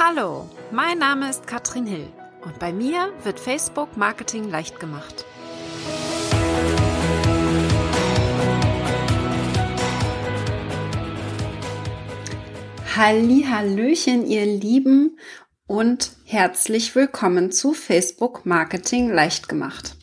Hallo, mein Name ist Katrin Hill und bei mir wird Facebook Marketing leicht gemacht. Hallihallöchen, ihr Lieben, und herzlich willkommen zu Facebook Marketing leicht gemacht.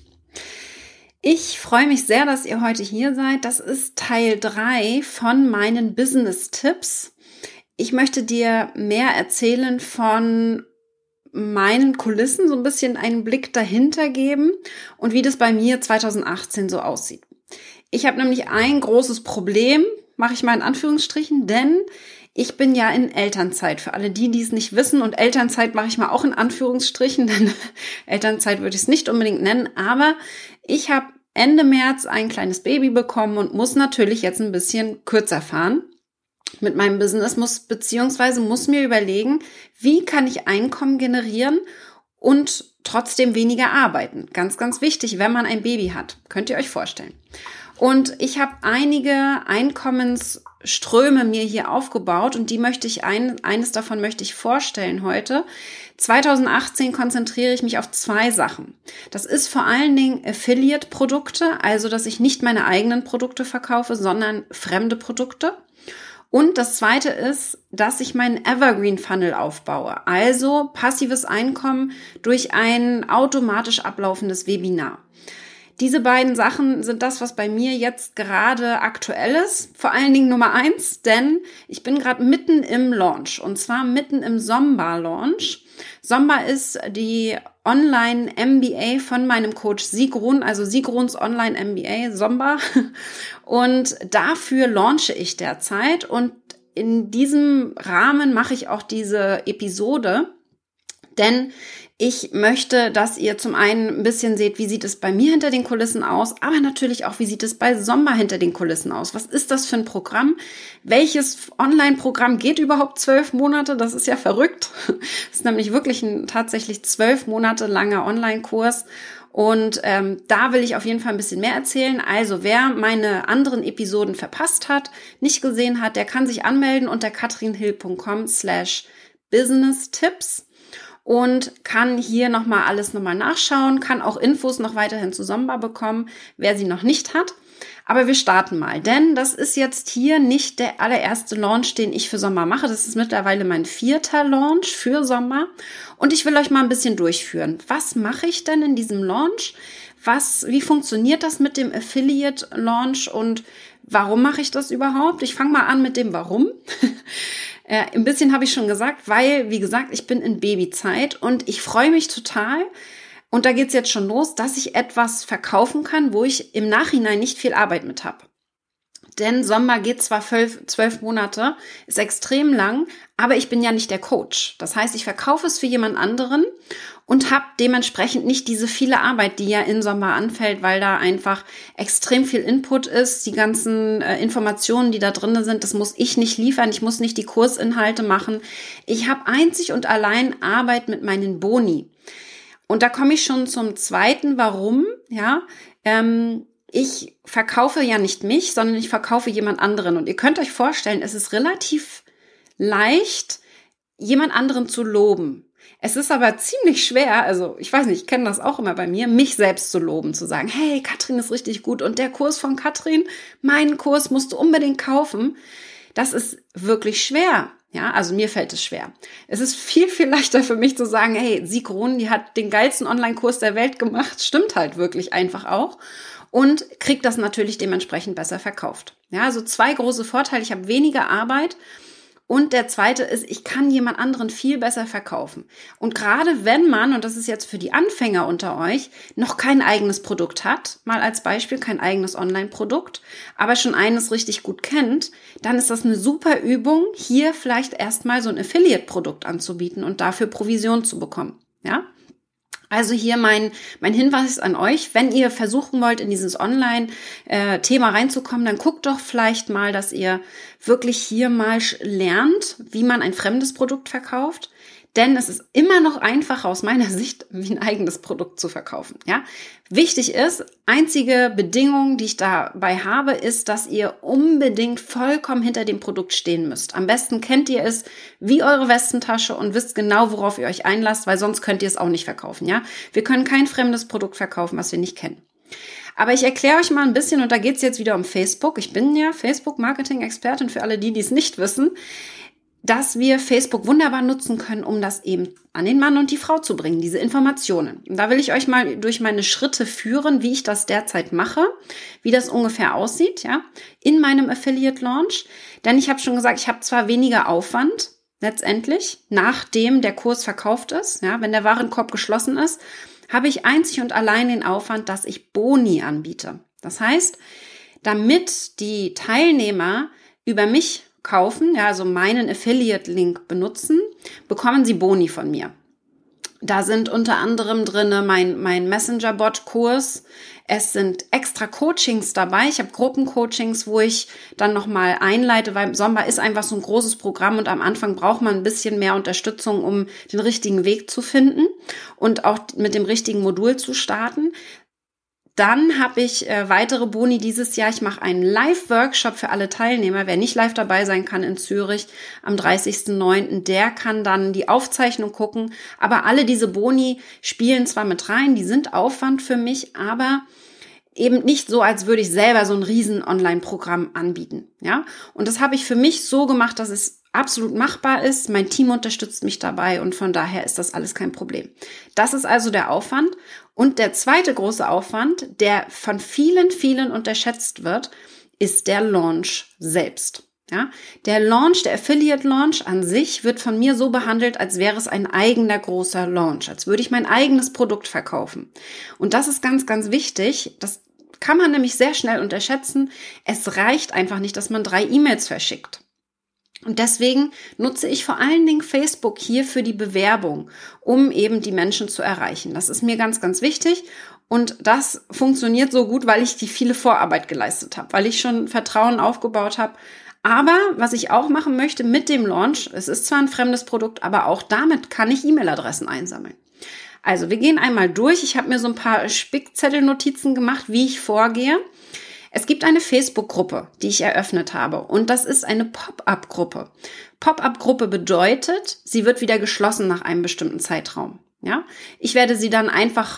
Ich freue mich sehr, dass ihr heute hier seid. Das ist Teil 3 von meinen Business-Tipps. Ich möchte dir mehr erzählen von meinen Kulissen, so ein bisschen einen Blick dahinter geben und wie das bei mir 2018 so aussieht. Ich habe nämlich ein großes Problem, mache ich mal in Anführungsstrichen, denn ich bin ja in Elternzeit. Für alle die es nicht wissen, und Elternzeit mache ich mal auch in Anführungsstrichen, denn Elternzeit würde ich es nicht unbedingt nennen, aber ich habe Ende März ein kleines Baby bekommen und muss natürlich jetzt ein bisschen kürzer fahren mit meinem Business, muss mir überlegen, wie kann ich Einkommen generieren und trotzdem weniger arbeiten. Ganz, ganz wichtig, wenn man ein Baby hat. Könnt ihr euch vorstellen. Und ich habe einige Einkommensströme mir hier aufgebaut und eines davon möchte ich vorstellen heute. 2018 konzentriere ich mich auf 2 Sachen. Das ist vor allen Dingen Affiliate-Produkte, also dass ich nicht meine eigenen Produkte verkaufe, sondern fremde Produkte. Und das zweite ist, dass ich meinen Evergreen-Funnel aufbaue, also passives Einkommen durch ein automatisch ablaufendes Webinar. Diese beiden Sachen sind das, was bei mir jetzt gerade aktuell ist. Vor allen Dingen Nummer 1, denn ich bin gerade mitten im Launch, und zwar mitten im Somba-Launch. Somba ist die Online-MBA von meinem Coach Sigrun, also Sigruns Online-MBA, Somba. Und dafür launche ich derzeit. Und in diesem Rahmen mache ich auch diese Episode, denn ich möchte, dass ihr zum einen ein bisschen seht, wie sieht es bei mir hinter den Kulissen aus, aber natürlich auch, wie sieht es bei Somba hinter den Kulissen aus. Was ist das für ein Programm? Welches Online-Programm geht überhaupt 12 Monate? Das ist ja verrückt. Das ist nämlich wirklich ein tatsächlich 12 Monate langer Online-Kurs. Und da will ich auf jeden Fall ein bisschen mehr erzählen. Also wer meine anderen Episoden verpasst hat, nicht gesehen hat, der kann sich anmelden unter katrinhill.com/business-tipps. Und kann hier alles nochmal nachschauen, kann auch Infos noch weiterhin zu Somba bekommen, wer sie noch nicht hat. Aber wir starten mal, denn das ist jetzt hier nicht der allererste Launch, den ich für Somba mache. Das ist mittlerweile mein 4. Launch für Somba. Und ich will euch mal ein bisschen durchführen. Was mache ich denn in diesem Launch? Wie funktioniert das mit dem Affiliate Launch und warum mache ich das überhaupt? Ich fange mal an mit dem Warum. Ein bisschen habe ich schon gesagt, weil, wie gesagt, ich bin in Babyzeit und ich freue mich total. Und da geht's jetzt schon los, dass ich etwas verkaufen kann, wo ich im Nachhinein nicht viel Arbeit mit habe. Denn Somba geht zwar 12 Monate, ist extrem lang, aber ich bin ja nicht der Coach. Das heißt, ich verkaufe es für jemand anderen und habe dementsprechend nicht diese viele Arbeit, die ja in Somba anfällt, weil da einfach extrem viel Input ist. Die ganzen Informationen, die da drin sind, das muss ich nicht liefern. Ich muss nicht die Kursinhalte machen. Ich habe einzig und allein Arbeit mit meinen Boni. Und da komme ich schon zum zweiten Warum, ja. Ich verkaufe ja nicht mich, sondern ich verkaufe jemand anderen. Und ihr könnt euch vorstellen, es ist relativ leicht, jemand anderen zu loben. Es ist aber ziemlich schwer, also ich weiß nicht, ich kenne das auch immer bei mir, mich selbst zu loben, zu sagen, hey, Katrin ist richtig gut und der Kurs von Katrin, meinen Kurs musst du unbedingt kaufen. Das ist wirklich schwer. Ja, also mir fällt es schwer. Es ist viel, viel leichter für mich zu sagen, hey, Sigrun, die hat den geilsten Online-Kurs der Welt gemacht. Stimmt halt wirklich einfach auch. Und kriegt das natürlich dementsprechend besser verkauft. Ja, also 2 große Vorteile. Ich habe weniger Arbeit. Und der zweite ist, ich kann jemand anderen viel besser verkaufen. Und gerade wenn man, und das ist jetzt für die Anfänger unter euch, noch kein eigenes Produkt hat, mal als Beispiel kein eigenes Online-Produkt, aber schon eines richtig gut kennt, dann ist das eine super Übung, hier vielleicht erstmal so ein Affiliate-Produkt anzubieten und dafür Provision zu bekommen. Ja? Also hier mein Hinweis an euch, wenn ihr versuchen wollt, in dieses Online-Thema reinzukommen, dann guckt doch vielleicht mal, dass ihr wirklich hier mal lernt, wie man ein fremdes Produkt verkauft. Denn es ist immer noch einfacher aus meiner Sicht, wie ein eigenes Produkt zu verkaufen. Ja? Wichtig ist, einzige Bedingung, die ich dabei habe, ist, dass ihr unbedingt vollkommen hinter dem Produkt stehen müsst. Am besten kennt ihr es wie eure Westentasche und wisst genau, worauf ihr euch einlasst, weil sonst könnt ihr es auch nicht verkaufen. Ja? Wir können kein fremdes Produkt verkaufen, was wir nicht kennen. Aber ich erkläre euch mal ein bisschen, und da geht es jetzt wieder um Facebook. Ich bin ja Facebook-Marketing-Expertin für alle, die es nicht wissen, dass wir Facebook wunderbar nutzen können, um das eben an den Mann und die Frau zu bringen, diese Informationen. Und da will ich euch mal durch meine Schritte führen, wie ich das derzeit mache, wie das ungefähr aussieht, ja, in meinem Affiliate Launch. Denn ich habe schon gesagt, ich habe zwar weniger Aufwand letztendlich, nachdem der Kurs verkauft ist, ja, wenn der Warenkorb geschlossen ist, habe ich einzig und allein den Aufwand, dass ich Boni anbiete. Das heißt, damit die Teilnehmer über mich kaufen, ja, also meinen Affiliate-Link benutzen, bekommen sie Boni von mir. Da sind unter anderem drinne mein Messenger-Bot-Kurs. Es sind extra Coachings dabei. Ich habe Gruppencoachings, wo ich dann nochmal einleite, weil Sommer ist einfach so ein großes Programm und am Anfang braucht man ein bisschen mehr Unterstützung, um den richtigen Weg zu finden und auch mit dem richtigen Modul zu starten. Dann habe ich weitere Boni dieses Jahr. Ich mache einen Live-Workshop für alle Teilnehmer. Wer nicht live dabei sein kann in Zürich am 30.09., der kann dann die Aufzeichnung gucken. Aber alle diese Boni spielen zwar mit rein, die sind Aufwand für mich, aber eben nicht so, als würde ich selber so ein riesen Online-Programm anbieten. Ja? Und das habe ich für mich so gemacht, dass es absolut machbar ist. Mein Team unterstützt mich dabei und von daher ist das alles kein Problem. Das ist also der Aufwand. Und der zweite große Aufwand, der von vielen, vielen unterschätzt wird, ist der Launch selbst. Ja, der Launch, der Affiliate Launch an sich wird von mir so behandelt, als wäre es ein eigener großer Launch, als würde ich mein eigenes Produkt verkaufen. Und das ist ganz, ganz wichtig. Das kann man nämlich sehr schnell unterschätzen. Es reicht einfach nicht, dass man 3 E-Mails verschickt. Und deswegen nutze ich vor allen Dingen Facebook hier für die Bewerbung, um eben die Menschen zu erreichen. Das ist mir ganz, ganz wichtig. Und das funktioniert so gut, weil ich die viele Vorarbeit geleistet habe, weil ich schon Vertrauen aufgebaut habe. Aber was ich auch machen möchte mit dem Launch, es ist zwar ein fremdes Produkt, aber auch damit kann ich E-Mail-Adressen einsammeln. Also wir gehen einmal durch. Ich habe mir so ein paar Spickzettelnotizen gemacht, wie ich vorgehe. Es gibt eine Facebook-Gruppe, die ich eröffnet habe und das ist eine Pop-up-Gruppe. Pop-up-Gruppe bedeutet, sie wird wieder geschlossen nach einem bestimmten Zeitraum. Ja, ich werde sie dann einfach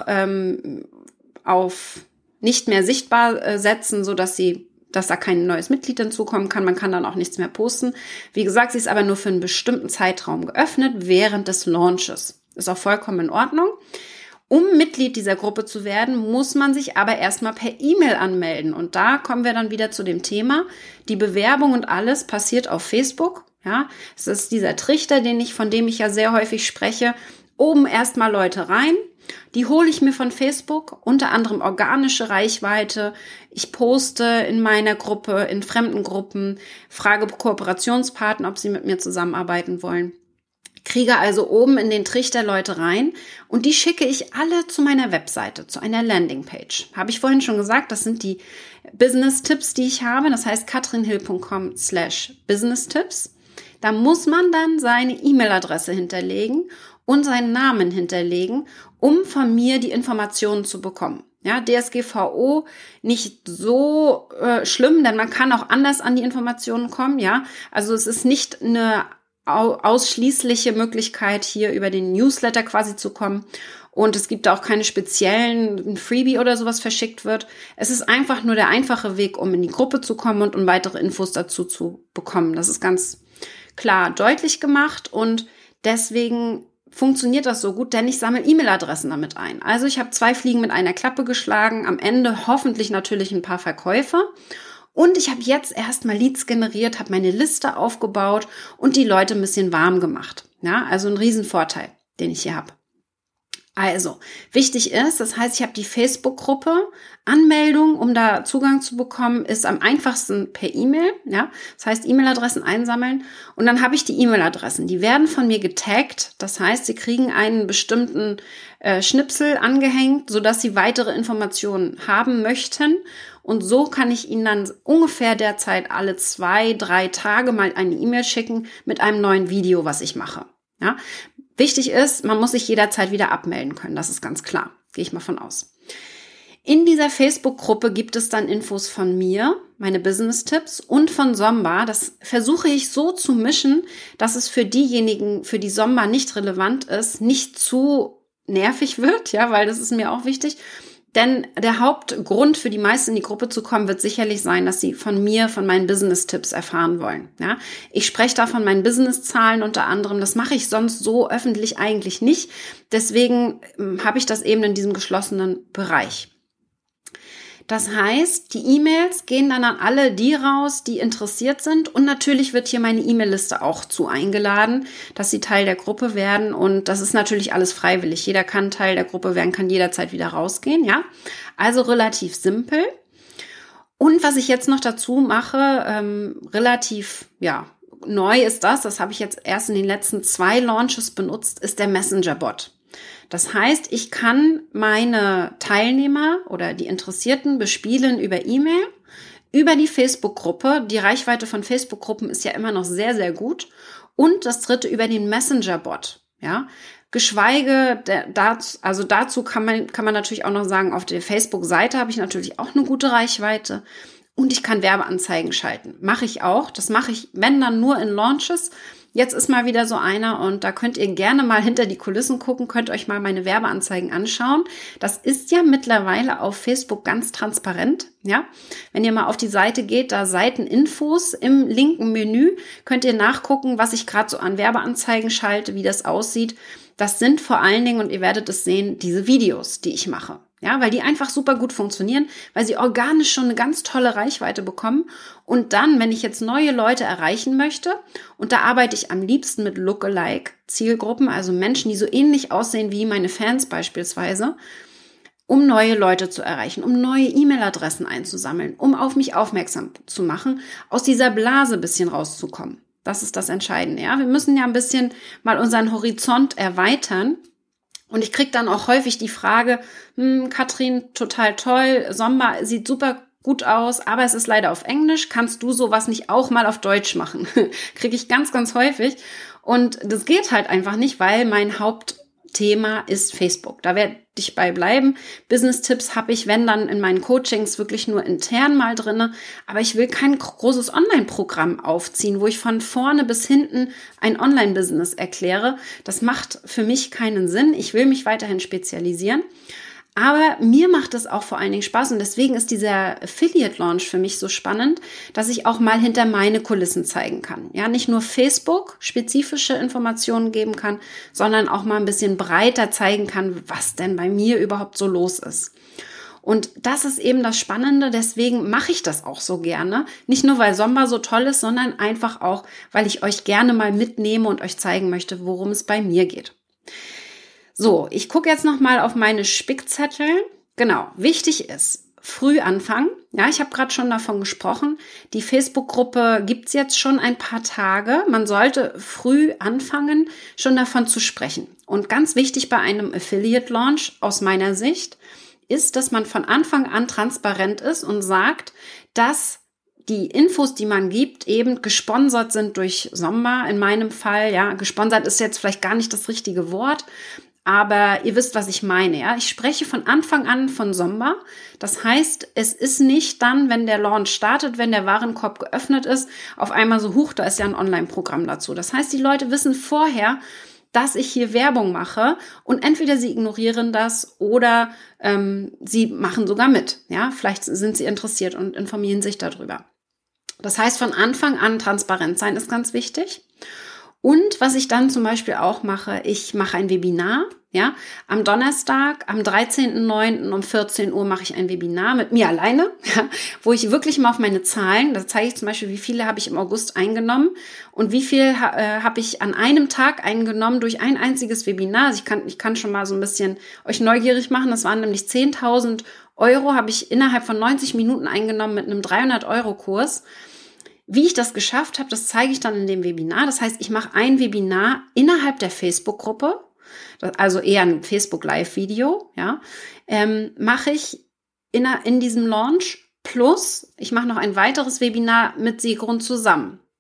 auf nicht mehr sichtbar setzen, sodass da kein neues Mitglied hinzukommen kann. Man kann dann auch nichts mehr posten. Wie gesagt, sie ist aber nur für einen bestimmten Zeitraum geöffnet während des Launches. Ist auch vollkommen in Ordnung. Um Mitglied dieser Gruppe zu werden, muss man sich aber erstmal per E-Mail anmelden. Und da kommen wir dann wieder zu dem Thema. Die Bewerbung und alles passiert auf Facebook. Ja, es ist dieser Trichter, von dem ich ja sehr häufig spreche. Oben erstmal Leute rein. Die hole ich mir von Facebook, unter anderem organische Reichweite. Ich poste in meiner Gruppe, in fremden Gruppen, frage Kooperationspartner, ob sie mit mir zusammenarbeiten wollen. Kriege also oben in den Trichter Leute rein und die schicke ich alle zu meiner Webseite, zu einer Landingpage. Habe ich vorhin schon gesagt, das sind die Business-Tipps, die ich habe. Das heißt katrinhill.com/Business-Tipps. Da muss man dann seine E-Mail-Adresse hinterlegen und seinen Namen hinterlegen, um von mir die Informationen zu bekommen. Ja, DSGVO nicht so schlimm, denn man kann auch anders an die Informationen kommen. Ja, also es ist nicht eine ausschließliche Möglichkeit, hier über den Newsletter quasi zu kommen. Und es gibt auch keine speziellen Freebie oder sowas verschickt wird. Es ist einfach nur der einfache Weg, um in die Gruppe zu kommen und um weitere Infos dazu zu bekommen. Das ist ganz klar deutlich gemacht und deswegen funktioniert das so gut, denn ich sammle E-Mail-Adressen damit ein. Also ich habe 2 Fliegen mit einer Klappe geschlagen, am Ende hoffentlich natürlich ein paar Verkäufer. Und ich habe jetzt erstmal Leads generiert, habe meine Liste aufgebaut und die Leute ein bisschen warm gemacht. Ja, also ein Riesenvorteil, den ich hier habe. Also, wichtig ist, das heißt, ich habe die Facebook-Gruppe, Anmeldung, um da Zugang zu bekommen, ist am einfachsten per E-Mail. Ja, das heißt, E-Mail-Adressen einsammeln und dann habe ich die E-Mail-Adressen. Die werden von mir getaggt, das heißt, sie kriegen einen bestimmten Schnipsel angehängt, sodass sie weitere Informationen haben möchten. Und so kann ich Ihnen dann ungefähr derzeit alle 2-3 Tage mal eine E-Mail schicken mit einem neuen Video, was ich mache. Ja, Wichtig ist, man muss sich jederzeit wieder abmelden können. Das ist ganz klar. Gehe ich mal von aus. In dieser Facebook-Gruppe gibt es dann Infos von mir, meine Business-Tipps und von Somba. Das versuche ich so zu mischen, dass es für diejenigen, für die Somba nicht relevant ist, nicht zu nervig wird, ja, weil das ist mir auch wichtig. Denn der Hauptgrund für die meisten in die Gruppe zu kommen, wird sicherlich sein, dass sie von mir, von meinen Business-Tipps erfahren wollen. Ja, ich spreche da von meinen Business-Zahlen unter anderem. Das mache ich sonst so öffentlich eigentlich nicht. Deswegen habe ich das eben in diesem geschlossenen Bereich. Das heißt, die E-Mails gehen dann an alle die raus, die interessiert sind. Und natürlich wird hier meine E-Mail-Liste auch zu eingeladen, dass sie Teil der Gruppe werden. Und das ist natürlich alles freiwillig. Jeder kann Teil der Gruppe werden, kann jederzeit wieder rausgehen. Ja, also relativ simpel. Und was ich jetzt noch dazu mache, relativ neu ist das habe ich jetzt erst in den letzten 2 Launches benutzt, ist der Messenger-Bot. Das heißt, ich kann meine Teilnehmer oder die Interessierten bespielen über E-Mail, über die Facebook-Gruppe. Die Reichweite von Facebook-Gruppen ist ja immer noch sehr, sehr gut. Und das dritte über den Messenger-Bot. Ja, geschweige dazu kann man natürlich auch noch sagen, auf der Facebook-Seite habe ich natürlich auch eine gute Reichweite. Und ich kann Werbeanzeigen schalten. Mache ich auch. Das mache ich, wenn dann nur in Launches. Jetzt ist mal wieder so einer und da könnt ihr gerne mal hinter die Kulissen gucken, könnt euch mal meine Werbeanzeigen anschauen. Das ist ja mittlerweile auf Facebook ganz transparent, ja. Wenn ihr mal auf die Seite geht, da Seiteninfos im linken Menü, könnt ihr nachgucken, was ich gerade so an Werbeanzeigen schalte, wie das aussieht. Das sind vor allen Dingen, und ihr werdet es sehen, diese Videos, die ich mache. Ja, weil die einfach super gut funktionieren, weil sie organisch schon eine ganz tolle Reichweite bekommen. Und dann, wenn ich jetzt neue Leute erreichen möchte, und da arbeite ich am liebsten mit Lookalike-Zielgruppen, also Menschen, die so ähnlich aussehen wie meine Fans beispielsweise, um neue Leute zu erreichen, um neue E-Mail-Adressen einzusammeln, um auf mich aufmerksam zu machen, aus dieser Blase ein bisschen rauszukommen. Das ist das Entscheidende. Ja, wir müssen ja ein bisschen mal unseren Horizont erweitern. Und ich kriege dann auch häufig die Frage, Katrin, total toll, Somba sieht super gut aus, aber es ist leider auf Englisch. Kannst du sowas nicht auch mal auf Deutsch machen? Kriege ich ganz, ganz häufig. Und das geht halt einfach nicht, weil mein Hauptthema ist Facebook. Da werde ich bei bleiben. Business-Tipps habe ich, wenn dann in meinen Coachings wirklich nur intern mal drinne. Aber ich will kein großes Online-Programm aufziehen, wo ich von vorne bis hinten ein Online-Business erkläre. Das macht für mich keinen Sinn. Ich will mich weiterhin spezialisieren. Aber mir macht es auch vor allen Dingen Spaß und deswegen ist dieser Affiliate-Launch für mich so spannend, dass ich auch mal hinter meine Kulissen zeigen kann. Ja, nicht nur Facebook-spezifische Informationen geben kann, sondern auch mal ein bisschen breiter zeigen kann, was denn bei mir überhaupt so los ist. Und das ist eben das Spannende, deswegen mache ich das auch so gerne. Nicht nur, weil Somba so toll ist, sondern einfach auch, weil ich euch gerne mal mitnehme und euch zeigen möchte, worum es bei mir geht. So, ich gucke jetzt noch mal auf meine Spickzettel. Genau, wichtig ist, früh anfangen. Ja, ich habe gerade schon davon gesprochen. Die Facebook-Gruppe gibt's jetzt schon ein paar Tage. Man sollte früh anfangen, schon davon zu sprechen. Und ganz wichtig bei einem Affiliate-Launch aus meiner Sicht ist, dass man von Anfang an transparent ist und sagt, dass die Infos, die man gibt, eben gesponsert sind durch Somba. In meinem Fall, ja, gesponsert ist jetzt vielleicht gar nicht das richtige Wort, aber ihr wisst, was ich meine, ja. Ich spreche von Anfang an von Somba. Das heißt, es ist nicht dann, wenn der Launch startet, wenn der Warenkorb geöffnet ist, auf einmal so, da ist ja ein Online-Programm dazu. Das heißt, die Leute wissen vorher, dass ich hier Werbung mache und entweder sie ignorieren das oder sie machen sogar mit. Ja, vielleicht sind sie interessiert und informieren sich darüber. Das heißt, von Anfang an transparent sein ist ganz wichtig. Und was ich dann zum Beispiel auch mache, ich mache ein Webinar, ja, am Donnerstag, am 13.09. um 14 Uhr mache ich ein Webinar mit mir alleine, ja, wo ich wirklich mal auf meine Zahlen, da zeige ich zum Beispiel, wie viele habe ich im August eingenommen und wie viel habe ich an einem Tag eingenommen durch ein einziges Webinar. Also ich kann schon mal so ein bisschen euch neugierig machen, das waren nämlich 10.000 Euro, habe ich innerhalb von 90 Minuten eingenommen mit einem 300-Euro-Kurs. Wie ich das geschafft habe, das zeige ich dann in dem Webinar. Das heißt, ich mache ein Webinar innerhalb der Facebook-Gruppe, also eher ein Facebook-Live-Video, ja, mache ich in diesem Launch. Plus, ich mache noch ein weiteres Webinar mit Sigrun zusammen.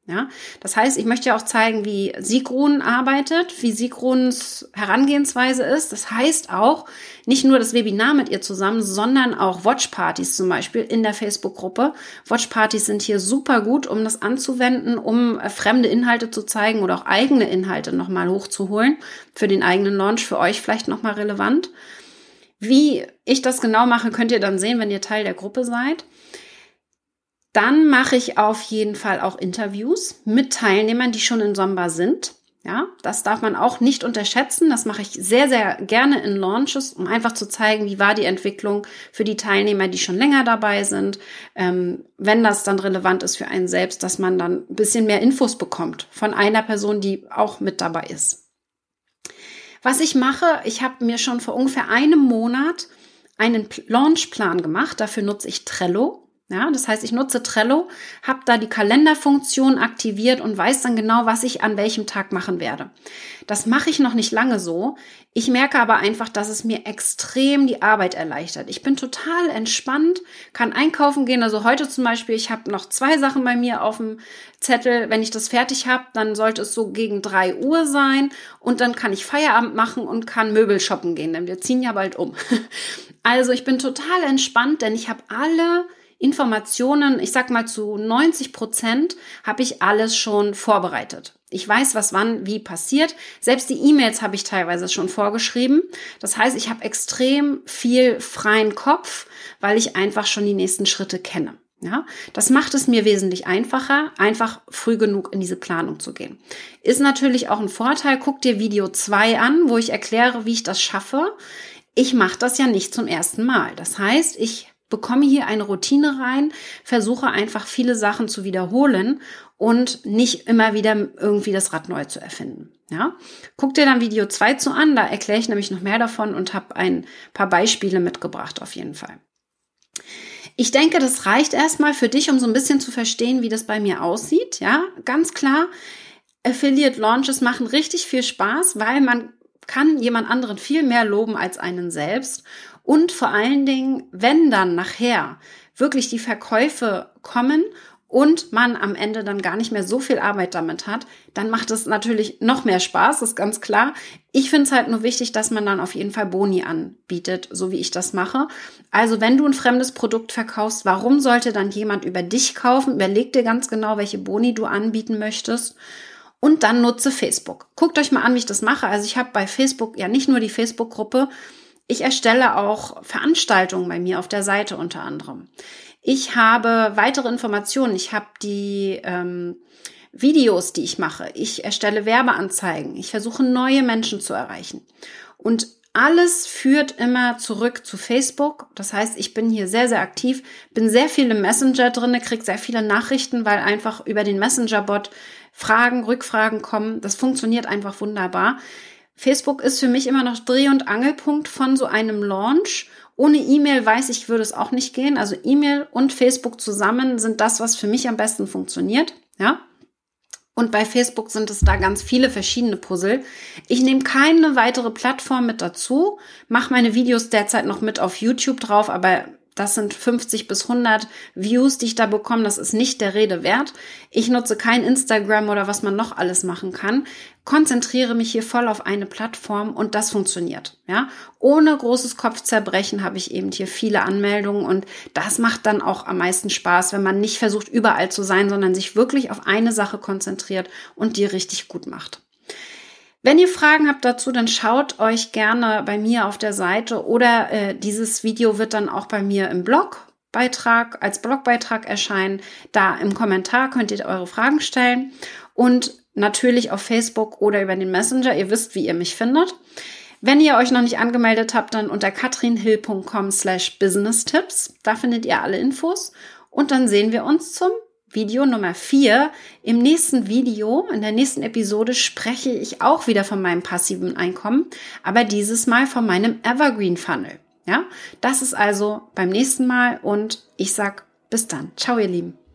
Ja, das heißt, ich möchte ja auch zeigen, wie Sigrun arbeitet, wie Sigruns Herangehensweise ist. Das heißt auch nicht nur das Webinar mit ihr zusammen, sondern auch Watchpartys zum Beispiel in der Facebook-Gruppe. Watchpartys sind hier super gut, um das anzuwenden, um fremde Inhalte zu zeigen oder auch eigene Inhalte nochmal hochzuholen. Für den eigenen Launch, für euch vielleicht nochmal relevant. Wie ich das genau mache, könnt ihr dann sehen, wenn ihr Teil der Gruppe seid. Dann mache ich auf jeden Fall auch Interviews mit Teilnehmern, die schon in Somba sind. Ja, das darf man auch nicht unterschätzen. Das mache ich sehr, sehr gerne in Launches, um einfach zu zeigen, wie war die Entwicklung für die Teilnehmer, die schon länger dabei sind. Wenn das dann relevant ist für einen selbst, dass man dann ein bisschen mehr Infos bekommt von einer Person, die auch mit dabei ist. Was ich mache, ich habe mir schon vor ungefähr einem Monat einen Launchplan gemacht. Dafür nutze ich Trello. Ja, das heißt, ich nutze Trello, habe da die Kalenderfunktion aktiviert und weiß dann genau, was ich an welchem Tag machen werde. Das mache ich noch nicht lange so. Ich merke aber einfach, dass es mir extrem die Arbeit erleichtert. Ich bin total entspannt, kann einkaufen gehen. Also heute zum Beispiel, ich habe noch 2 Sachen bei mir auf dem Zettel. Wenn ich das fertig habe, dann sollte es so gegen 3 Uhr sein und dann kann ich Feierabend machen und kann Möbel shoppen gehen, denn wir ziehen ja bald um. Also ich bin total entspannt, denn ich habe alle Informationen, ich sag mal zu 90% habe ich alles schon vorbereitet. Ich weiß, was wann wie passiert. Selbst die E-Mails habe ich teilweise schon vorgeschrieben. Das heißt, ich habe extrem viel freien Kopf, weil ich einfach schon die nächsten Schritte kenne. Ja, das macht es mir wesentlich einfacher, einfach früh genug in diese Planung zu gehen. Ist natürlich auch ein Vorteil. Guck dir Video 2 an, wo ich erkläre, wie ich das schaffe. Ich mache das ja nicht zum ersten Mal. Das heißt, ich bekomme hier eine Routine rein, versuche einfach viele Sachen zu wiederholen und nicht immer wieder irgendwie das Rad neu zu erfinden. Ja? Guck dir dann Video 2 zu an, da erkläre ich nämlich noch mehr davon und habe ein paar Beispiele mitgebracht auf jeden Fall. Ich denke, das reicht erstmal für dich, um so ein bisschen zu verstehen, wie das bei mir aussieht. Ja, ganz klar, Affiliate Launches machen richtig viel Spaß, weil man kann jemand anderen viel mehr loben als einen selbst. Und vor allen Dingen, wenn dann nachher wirklich die Verkäufe kommen und man am Ende dann gar nicht mehr so viel Arbeit damit hat, dann macht es natürlich noch mehr Spaß, ist ganz klar. Ich finde es halt nur wichtig, dass man dann auf jeden Fall Boni anbietet, so wie ich das mache. Also wenn du ein fremdes Produkt verkaufst, warum sollte dann jemand über dich kaufen? Überleg dir ganz genau, welche Boni du anbieten möchtest. Und dann nutze Facebook. Guckt euch mal an, wie ich das mache. Also ich habe bei Facebook ja nicht nur die Facebook-Gruppe, ich erstelle auch Veranstaltungen bei mir auf der Seite unter anderem. Ich habe weitere Informationen. Ich habe die Videos, die ich mache. Ich erstelle Werbeanzeigen. Ich versuche, neue Menschen zu erreichen. Und alles führt immer zurück zu Facebook. Das heißt, ich bin hier sehr, sehr aktiv, bin sehr viel im Messenger drin, kriege sehr viele Nachrichten, weil einfach über den Messenger-Bot Fragen, Rückfragen kommen. Das funktioniert einfach wunderbar. Facebook ist für mich immer noch Dreh- und Angelpunkt von so einem Launch. Ohne E-Mail weiß ich, würde es auch nicht gehen. Also E-Mail und Facebook zusammen sind das, was für mich am besten funktioniert. Ja. Und bei Facebook sind es da ganz viele verschiedene Puzzle. Ich nehme keine weitere Plattform mit dazu, mache meine Videos derzeit noch mit auf YouTube drauf, aber das sind 50 bis 100 Views, die ich da bekomme. Das ist nicht der Rede wert. Ich nutze kein Instagram oder was man noch alles machen kann. Konzentriere mich hier voll auf eine Plattform und das funktioniert. Ja, ohne großes Kopfzerbrechen habe ich eben hier viele Anmeldungen und das macht dann auch am meisten Spaß, wenn man nicht versucht, überall zu sein, sondern sich wirklich auf eine Sache konzentriert und die richtig gut macht. Wenn ihr Fragen habt dazu, dann schaut euch gerne bei mir auf der Seite oder dieses Video wird dann auch bei mir im Blogbeitrag, als Blogbeitrag erscheinen. Da im Kommentar könnt ihr eure Fragen stellen und natürlich auf Facebook oder über den Messenger. Ihr wisst, wie ihr mich findet. Wenn ihr euch noch nicht angemeldet habt, dann unter katrinhill.com/businesstipps. Da findet ihr alle Infos und dann sehen wir uns zum Video Nummer 4. Im nächsten Video, in der nächsten Episode, spreche ich auch wieder von meinem passiven Einkommen, aber dieses Mal von meinem Evergreen Funnel. Ja, das ist also beim nächsten Mal und ich sag bis dann. Ciao, ihr Lieben.